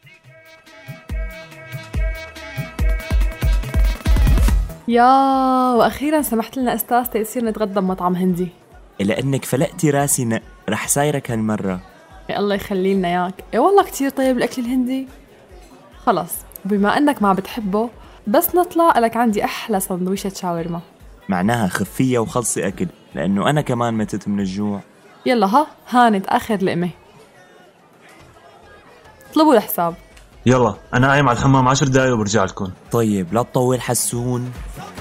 يا واخيرا سمحت لنا استاذ تيسير نتغدى بمطعم هندي. لانك فلقتي راسي رح سايرك هالمره. يا الله يخلي لنا اياك. والله كتير طيب الاكل الهندي. خلص بما انك ما بتحبه بس نطلع لك عندي احلى سندويشة شاورما. معناها خفيه وخلصي اكل لانه انا كمان متت من الجوع. يلا هانت اخر لقمه. اطلبوا الحساب. يلا انا قايم على الحمام 10 دقايق وبرجع لكم. طيب لا تطول حسون.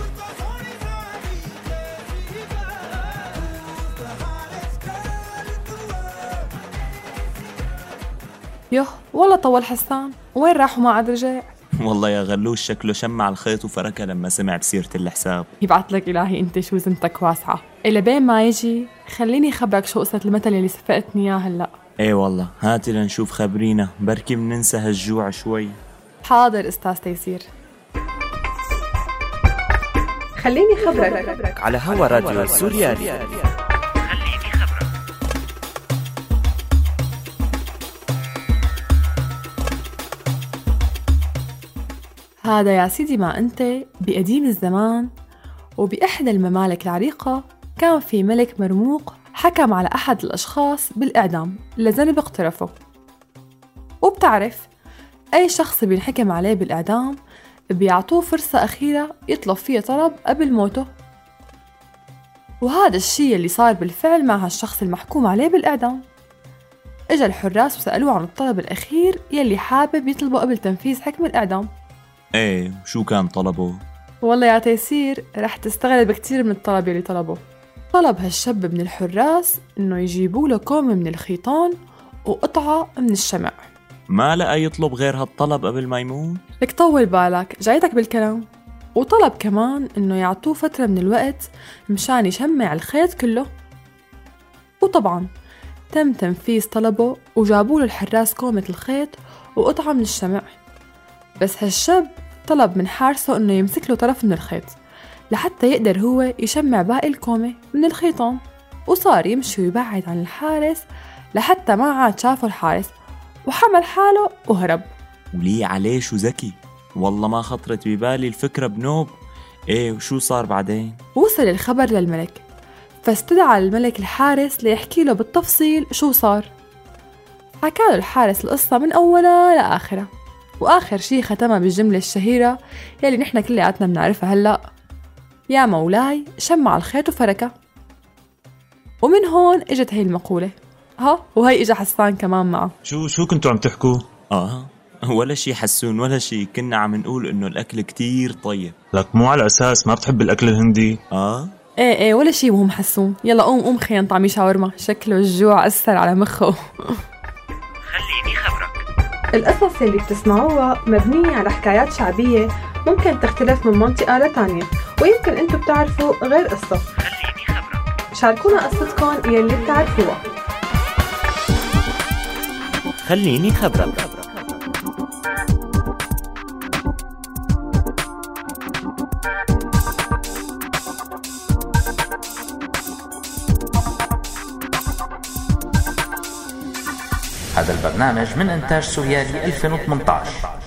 يوه والله طول حسان. وين راحوا ما عاد رجع؟ والله يا غلوش شكله شمع الخيط وفركه لما سمع بسيرة الحساب. يبعت لك إلهي أنت شو زنتك واسعة. إلا بين ما يجي خليني خبرك شو قصة المثل اللي سفقتني إياه هلأ. ايه والله هاتي لنشوف خبرينا بركي مننسى هالجوع شوي. حاضر أستاذ تيسير. خليني خبرك على هوا راديو سوريالي. هذا يا سيدي ما أنت بقديم الزمان وبإحدى الممالك العريقة كان في ملك مرموق حكم على أحد الأشخاص بالإعدام لذنب اقترفه. وبتعرف أي شخص بينحكم عليه بالإعدام بيعطوه فرصة أخيرة يطلب فيها طلب قبل موته. وهذا الشيء اللي صار بالفعل مع هالشخص المحكوم عليه بالإعدام. إجا الحراس وسألوه عن الطلب الأخير يلي حابب يطلبه قبل تنفيذ حكم الإعدام. ايه شو كان طلبه؟ والله يا تيسير رح تستغرب كتير من الطلب اللي طلبه. طلب هالشاب من الحراس إنه يجيبوا له كوم من الخيطان وقطعة من الشمع. ما لقى يطلب غير هالطلب قبل ما يموت؟ لك طول بالك جايتك بالكلام. وطلب كمان إنه يعطوه فترة من الوقت مشان يشمع الخيط كله. وطبعا تم تنفيذ طلبه وجابوا له الحراس كومة الخيط وقطعة من الشمع. بس هالشاب طلب من حارسه إنه يمسك له طرف من الخيط لحتى يقدر هو يشمع باقي الكومة من الخيطان. وصار يمشي ويبعد عن الحارس لحتى ما عاد شافه الحارس وحمل حاله وهرب. وليه عليه شو ذكي. والله ما خطرت ببالي الفكرة بنوب. ايه وشو صار بعدين؟ وصل الخبر للملك فاستدعى الملك الحارس ليحكي له بالتفصيل شو صار. حكى له الحارس القصة من أولها لآخرها وآخر شي ختمها بالجملة الشهيرة يلي نحن كلياتنا بنعرفها هلأ: يا مولاي شمع الخيط وفركه. ومن هون اجت هي المقولة. وهي اجا حسان كمان معه. شو كنتوا عم تحكوا؟ ولا شي حسون ولا شي. كنا عم نقول انه الاكل كتير طيب. لك مو على اساس ما بتحب الاكل الهندي؟ ايه ولا شي مهم حسون. يلا قوم خلينا نطعمي شاورما. شكله الجوع أثر على مخه. خليني خبرك. القصص اللي بتسمعوها مبنية على حكايات شعبية ممكن تختلف من منطقة لتانية ويمكن انتو بتعرفوا غير قصة. خليني خبرك. شاركونا قصتكم يلي بتعرفوها. خليني خبرك. هذا البرنامج من إنتاج سوريالي 2018.